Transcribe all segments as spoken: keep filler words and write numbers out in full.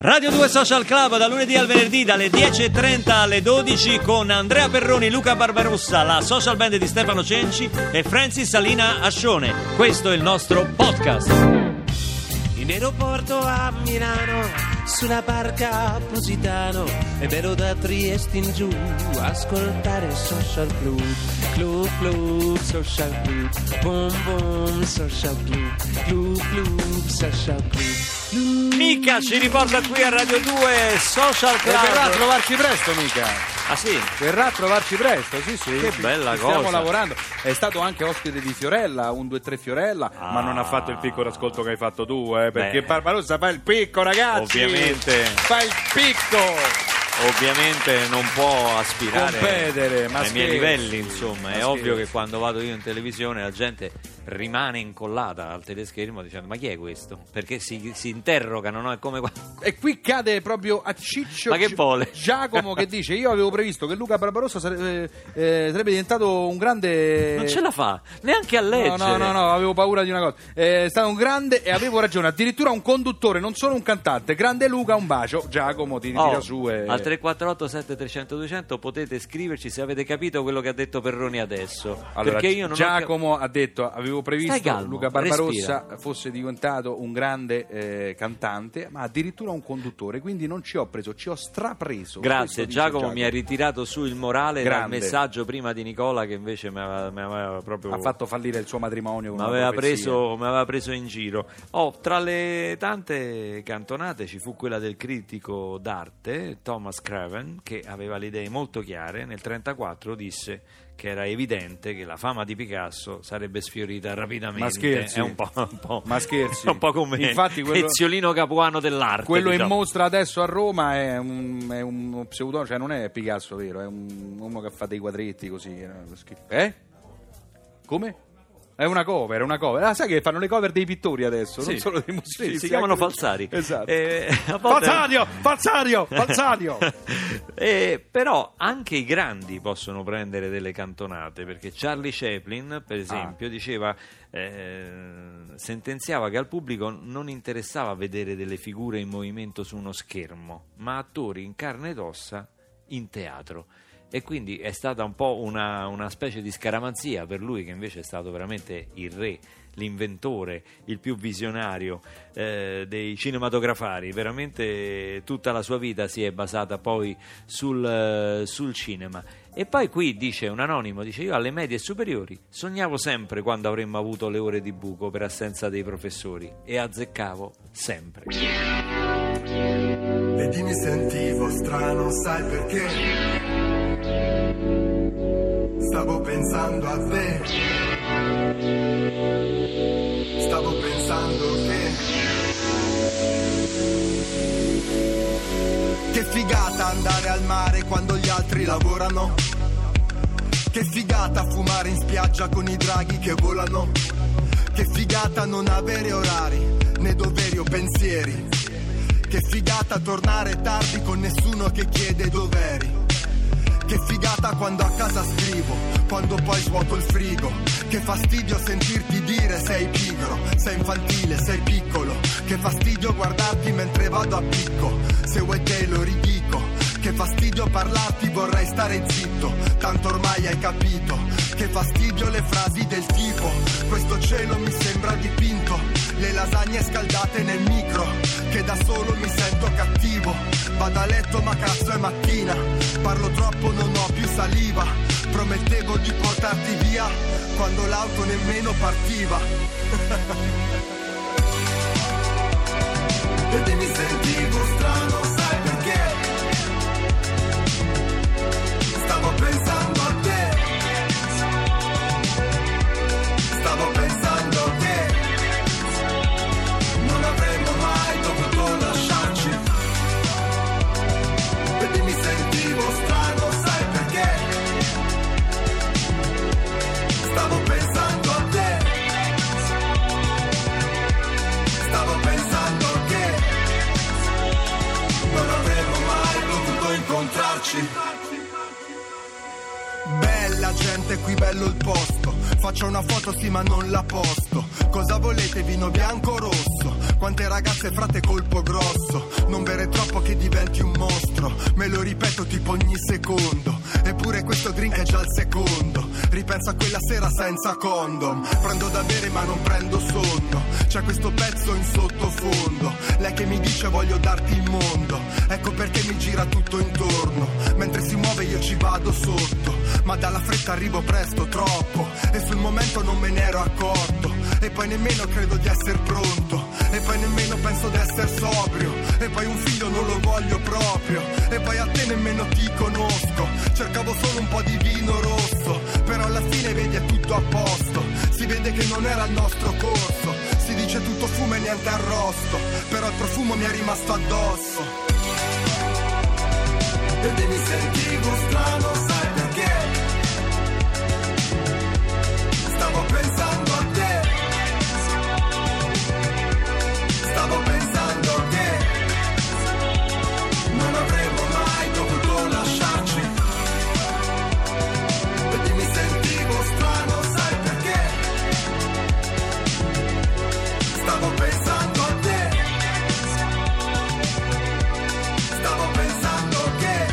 Radio due Social Club da lunedì al venerdì dalle dieci e trenta alle dodici con Andrea Perroni, Luca Barbarossa, la social band di Stefano Cenci e Francis Salina Ascione. Questo è il nostro podcast. In aeroporto a Milano, sulla barca a Positano, e vero da Trieste in giù, ascoltare Social Club, Club Club Social Club, boom boom Social Club, Club Club Social Club. Mica ci riporta qui a Radio due Social Club. E verrà a trovarci presto, Mica. Ah sì? Verrà a trovarci presto, sì sì. Che bella stiamo cosa. lavorando. È stato anche ospite di Fiorella, un due tre Fiorella, ah. ma non ha fatto il piccolo ascolto che hai fatto tu, eh, perché Beh. Barbarossa fa il picco, ragazzi. Ovviamente. Fa il picco. Ovviamente non può aspirare Competere, ma ai scherzi. miei livelli, insomma. Ma è scherzi. ovvio che quando vado io in televisione la gente rimane incollata al teleschermo dicendo ma chi è questo? Perché si, si interrogano, no? È come qua... E qui cade proprio a ciccio Ma che vuole? Giacomo che dice: io avevo previsto che Luca Barbarossa sarebbe, eh, sarebbe diventato un grande. Non ce la fa neanche a leggere. No, no, no, no, avevo paura di una cosa. È stato un grande e avevo ragione. Addirittura un conduttore, non solo un cantante. Grande Luca, un bacio. Giacomo ti ritira Oh, su. E... al tre quattro otto sette tre zero zero due zero zero potete scriverci se avete capito quello che ha detto Perroni adesso. Allora, perché io non Giacomo ha detto: avevo previsto Stai calmo, Luca Barbarossa respira. fosse diventato un grande eh, cantante, ma addirittura un conduttore. Quindi non ci ho preso, ci ho strapreso. Grazie, Questo dice Giacomo, mi ha ritirato su il morale dal Grande. messaggio prima di Nicola che invece mi aveva, mi aveva proprio Ha fatto fallire il suo matrimonio. mi con una aveva, profezia. preso, mi aveva preso in giro. Oh, tra le tante cantonate ci fu quella del critico d'arte Thomas Craven, che aveva le idee molto chiare. Nel trentaquattro disse che era evidente che la fama di Picasso sarebbe sfiorita rapidamente. Ma scherzi? È un po', un po', Ma scherzi? è un po' come Infatti quello- Eziolino Capuano dell'arte. Quello in diciamo. mostra adesso a Roma è un, è un pseudonimo, cioè non è Picasso vero, è un, uno che fa dei quadretti così. Eh? Come? È una cover, è una cover. Ah, sai che fanno le cover dei pittori adesso, Sì. non solo dei Sì, musicisti. si chiamano anche- falsari. Esatto. Eh, a volte- Falsario, falsario, falsario. Eh, però anche i grandi possono prendere delle cantonate, perché Charlie Chaplin, per esempio, diceva, eh, sentenziava che al pubblico non interessava vedere delle figure in movimento su uno schermo, ma attori in carne ed ossa in teatro. E quindi è stata un po' una, una specie di scaramanzia per lui, che invece è stato veramente il re, l'inventore, il più visionario eh, dei cinematografari. Veramente tutta la sua vita si è basata poi sul, eh, sul cinema. E poi qui dice un anonimo, dice: io alle medie e superiori sognavo sempre quando avremmo avuto le ore di buco per assenza dei professori, e azzeccavo sempre. Ed mi sentivo strano, sai perché? Stavo pensando a te. Stavo pensando che Che figata andare al mare quando gli altri lavorano. Che figata fumare in spiaggia con i draghi che volano. Che figata non avere orari, né doveri o pensieri. Che figata tornare tardi con nessuno che chiede dov'eri. Che figata quando a casa scrivo, quando poi svuoto il frigo. Che fastidio sentirti dire sei pigro, sei infantile, sei piccolo. Che fastidio guardarti mentre vado a picco, se vuoi te lo ridico. Che fastidio parlarti, vorrei stare zitto, tanto ormai hai capito. Che fastidio le frasi del tipo: questo cielo mi sembra dipinto. Le lasagne scaldate nel micro, che da solo mi sento cattivo. Vado a letto ma cazzo è mattina, parlo troppo non ho più saliva. Promettevo di portarti via quando l'auto nemmeno partiva. Ed mi sentivo strano, sai perché? Stavo pensando a te. Stavo pensando che non avremmo mai dovuto lasciarci. Ed mi sentivo strano, sai perché? Stavo pensando a te. Stavo pensando che non avremmo mai dovuto incontrarci. Bella gente notte qui bello il posto. Faccio una foto sì ma non la posto. Cosa volete, vino bianco o rosso? Quante ragazze frate colpo grosso. Non bere troppo che diventi un mostro. Me lo ripeto tipo ogni secondo. Eppure questo drink è già il secondo. Ripenso a quella sera senza condom. Prendo da bere ma non prendo sonno. C'è questo pezzo in sottofondo. Lei che mi dice voglio darti il mondo. Ecco perché mi gira tutto intorno. Mentre si muove io ci vado sotto. Ma dalla fretta arrivo presto, troppo. E sul momento non me ne ero accorto. E poi nemmeno credo di essere pronto. E poi nemmeno penso di essere sobrio. E poi un figlio non lo voglio proprio. E poi a te nemmeno ti conosco. Cercavo solo un po' di vino rosso. Però alla fine vedi è tutto a posto. Si vede che non era il nostro corso. Si dice tutto fumo e niente arrosto. Però il profumo mi è rimasto addosso. E mi sentivo strano, sai perché? Stavo pensando a te. Stavo pensando che non avremmo mai dovuto lasciarci. E mi sentivo strano, sai perché? Stavo pensando a te. Stavo pensando che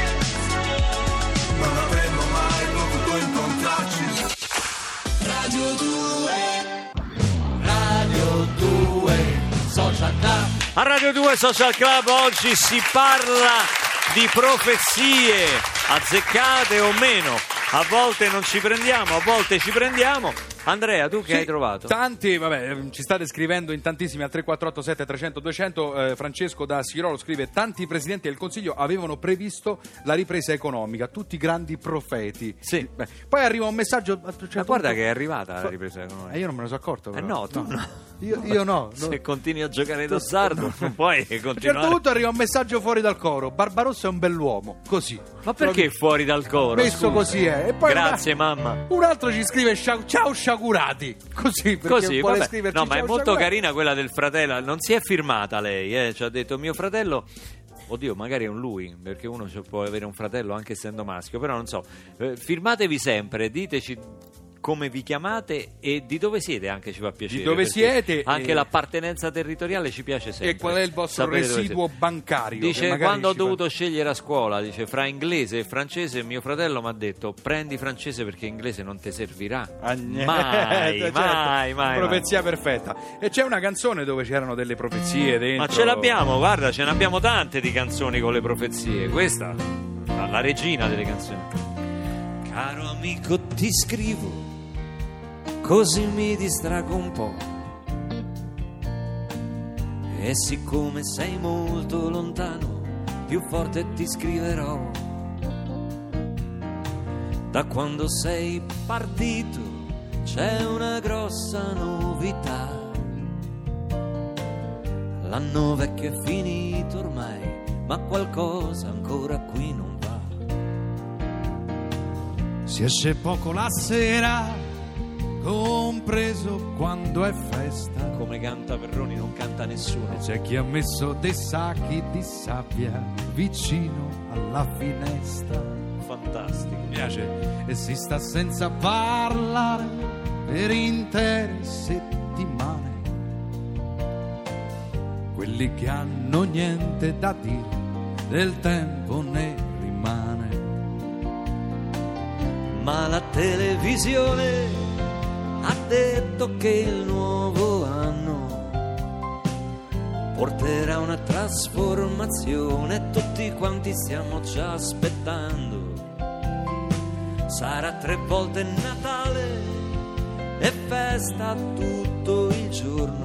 non avremmo mai dovuto incontrarci. Radio due, Radio due, Social Club. A Radio due Social Club oggi si parla di profezie, azzeccate o meno. A volte non ci prendiamo, a volte ci prendiamo. Andrea, tu che Sì, hai trovato? Tanti, vabbè, ci state scrivendo in tantissimi al tre quattro otto sette trecento duecento. eh, Francesco da Sirolo scrive: tanti presidenti del Consiglio avevano previsto la ripresa economica, tutti grandi profeti. Sì. Beh, poi arriva un messaggio a un certo Ma guarda punto- che è arrivata la ripresa Eh, economica. io non me ne sono accorto. Eh però. no, tu no. Io, io no. Se no. continui a giocare d'azzardo non puoi A un certo continuare. punto arriva un messaggio fuori dal coro: Barbarossa è un bell'uomo. Così. Ma perché fuori dal coro? Messo scusa? così è. E poi Grazie mamma. Un altro ci scrive: "Scia- ciao sciagurati. Così, perché Così, vuole vabbè. scriverci No, ma è ciao molto sciagurati. carina quella del fratello. Non si è firmata lei, eh? Ci ha detto mio fratello. Oddio, magari è un lui, perché uno ci può avere un fratello anche essendo maschio, però non so. Eh, firmatevi sempre, diteci come vi chiamate e di dove siete, anche ci fa piacere. Di dove perché siete Anche e- l'appartenenza territoriale ci piace sempre. E qual è il vostro Sapere dove residuo siete. bancario? che Dice, magari quando ho ci fa- dovuto scegliere a scuola, dice, fra inglese e francese, mio fratello mi ha detto, prendi francese perché inglese non ti servirà. Ah, niente, mai, certo. mai, mai. Profezia perfetta. E c'è una canzone dove c'erano delle profezie dentro. Ma ce l'abbiamo, guarda, ce ne abbiamo tante di canzoni con le profezie. Questa, la, la regina delle canzoni. Caro amico, ti scrivo, così mi distrago un po'. E siccome sei molto lontano, più forte ti scriverò. Da quando sei partito c'è una grossa novità. L'anno vecchio è finito ormai, ma qualcosa ancora qui non va. Si esce poco la sera, compreso quando è festa. Come canta Perroni non canta nessuno. C'è chi ha messo dei sacchi di sabbia vicino alla finestra. Fantastico. Mi piace. E si sta senza parlare per intere settimane. Quelli che hanno niente da dire, del tempo ne rimane. Ma la televisione ha detto che il nuovo anno porterà una trasformazione, tutti quanti stiamo già aspettando. Sarà tre volte Natale e festa tutto il giorno.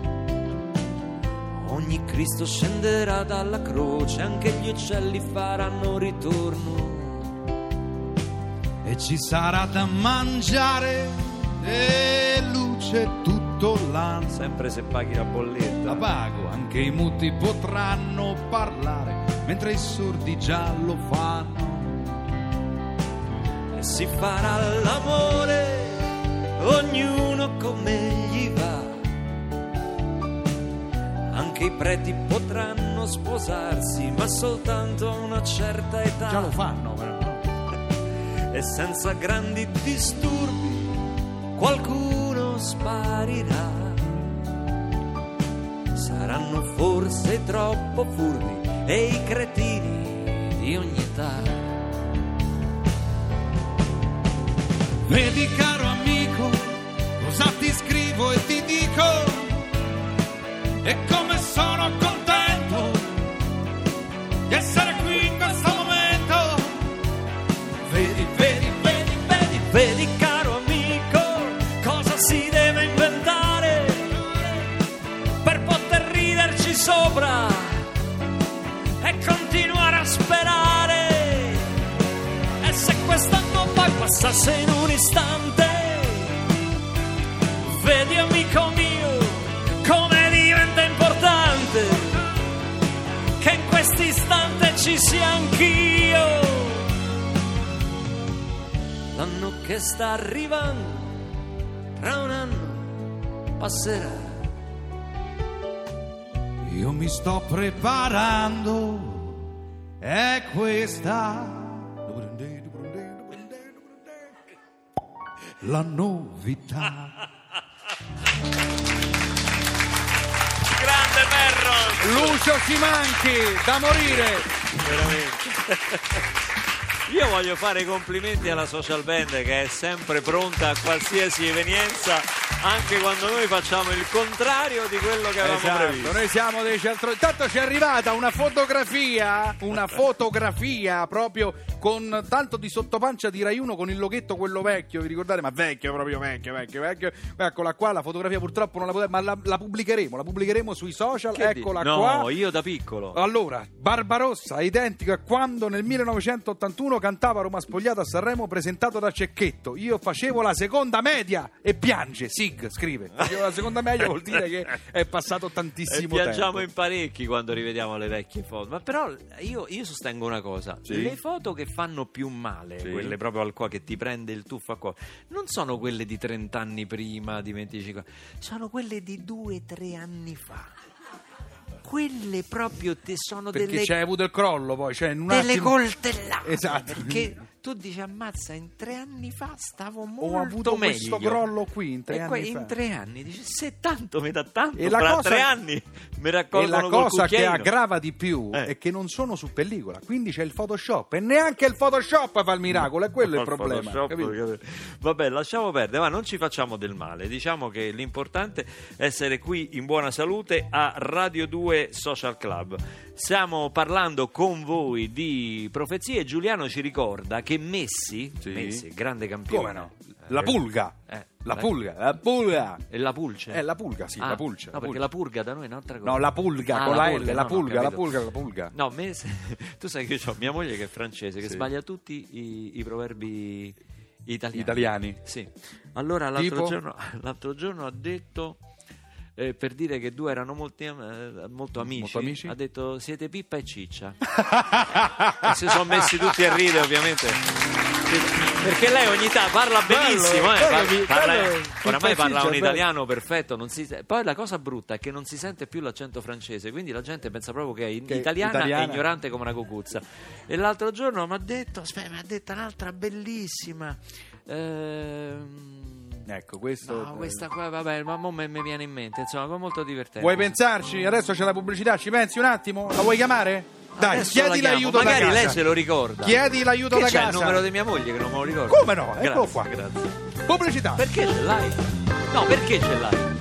Ogni Cristo scenderà dalla croce, anche gli uccelli faranno ritorno. E ci sarà da mangiare e luce tutto l'anno. Sempre se paghi la bolletta. La pago, anche i muti potranno parlare, mentre i sordi già lo fanno. E si farà l'amore, ognuno come gli va. Anche i preti potranno sposarsi, ma soltanto a una certa età. Già lo fanno, però. e senza grandi disturbi qualcuno sparirà. Saranno forse troppo furbi e i cretini di ogni età. Vedi caro amico, cosa ti scrivo e ti dico, e come sono contento di essere qui in questo momento. Vedi, vedi, vedi, vedi, vedi caro amico, cosa si deve inventare per poter riderci sopra e continuare a sperare. E se quest'anno poi passasse in un istante, vedi amico mio come diventa importante che in quest'istante ci sia anch'io. L'anno che sta arrivando tra un anno passerà. Io mi sto preparando, è questa la novità. Grande Perro! Lucio Simanchi, da morire. Veramente. Io voglio fare i complimenti alla social band che è sempre pronta a qualsiasi evenienza, anche quando noi facciamo il contrario di quello che avevamo Esatto, previsto. noi siamo dei centro... Intanto ci è arrivata una fotografia, una fotografia proprio con tanto di sottopancia di Rai uno con il loghetto quello vecchio, vi ricordate? Ma vecchio, proprio vecchio, vecchio, vecchio. Eccola qua, la fotografia purtroppo non la potete, ma la, la pubblicheremo, la pubblicheremo sui social, Che eccola dici? No, qua. io da piccolo. Allora, Barbarossa, identico a quando nel millenovecentottantuno cantava Roma spogliata a Sanremo presentato da Cecchetto. Io facevo la seconda media e piange, Sig scrive. Facevo la seconda media, vuol dire che è passato E tantissimo piangiamo tempo. in parecchi quando rivediamo le vecchie foto. Ma però io, io sostengo una cosa: Sì. le foto che fanno più male, Sì. quelle proprio al qua che ti prende il tuffo a cuore, non sono quelle di trenta anni prima, di venticinque, sono quelle di due tre anni fa. Quelle proprio te sono Perché delle c'è avuto il crollo poi, cioè in un delle attimo... coltellate. Esatto. Perché tu dici ammazza, in tre anni fa stavo molto Ho avuto meglio. questo crollo qui in tre e poi anni fa. in tre anni dici se tanto mi dà tanto, E la fra cosa- tre anni mi E raccolgono la col cosa che cucchiaino. aggrava di più Eh. è che non sono su pellicola, quindi c'è il Photoshop e neanche il Photoshop fa il miracolo, è quello il Al problema. Photoshop, capito? capito? Vabbè, lasciamo perdere, ma non ci facciamo del male. Diciamo che l'importante è essere qui in buona salute a Radio due Social Club. Stiamo parlando con voi di profezie. Giuliano ci ricorda che Messi, Sì. Messi, grande campione. Come no? La pulga. Eh, La la- pulga, la pulga. E la pulce? È la pulga, sì, Ah, la pulce. No, perché la purga da noi è un'altra cosa. No, la pulga, Ah, con la, L, pulga, la no, no, pulga, la capito. pulga, la pulga. No, me, tu sai che io ho mia moglie che è francese, che Sì. sbaglia tutti i, i proverbi italiani. Italiani? Sì. Allora l'altro Tipo? giorno, l'altro giorno ha detto, eh, per dire che due erano molti, eh, molto, amici, Molto amici? ha detto siete Pippa e Ciccia. E si sono messi tutti a ridere, ovviamente. Perché lei ogni tanto parla benissimo, eh, bello, parla- bello, parla- bello, oramai Pippa e parla Ciccia, un bello. italiano perfetto. Non si, poi la cosa brutta è che non si sente più l'accento francese, quindi la gente pensa proprio che è Che è italiana, italiana. e ignorante come una cucuzza. E l'altro giorno mi ha detto, aspetta, mi ha detto un'altra bellissima. Ehm, Ecco, questo... no, questa qua, vabbè, ma mo me mi viene in mente, insomma, è molto divertente. Vuoi pensarci? Adesso c'è la pubblicità, ci pensi un attimo? La vuoi chiamare? Dai, Adesso chiedi la chiamo. l'aiuto da Magari casa. lei se lo ricorda. Chiedi l'aiuto Che da c'è casa. il numero di mia moglie che non me lo ricordo. Come no? Eccolo Grazie, qua. Grazie. Pubblicità. Perché ce l'hai? No, perché ce l'hai?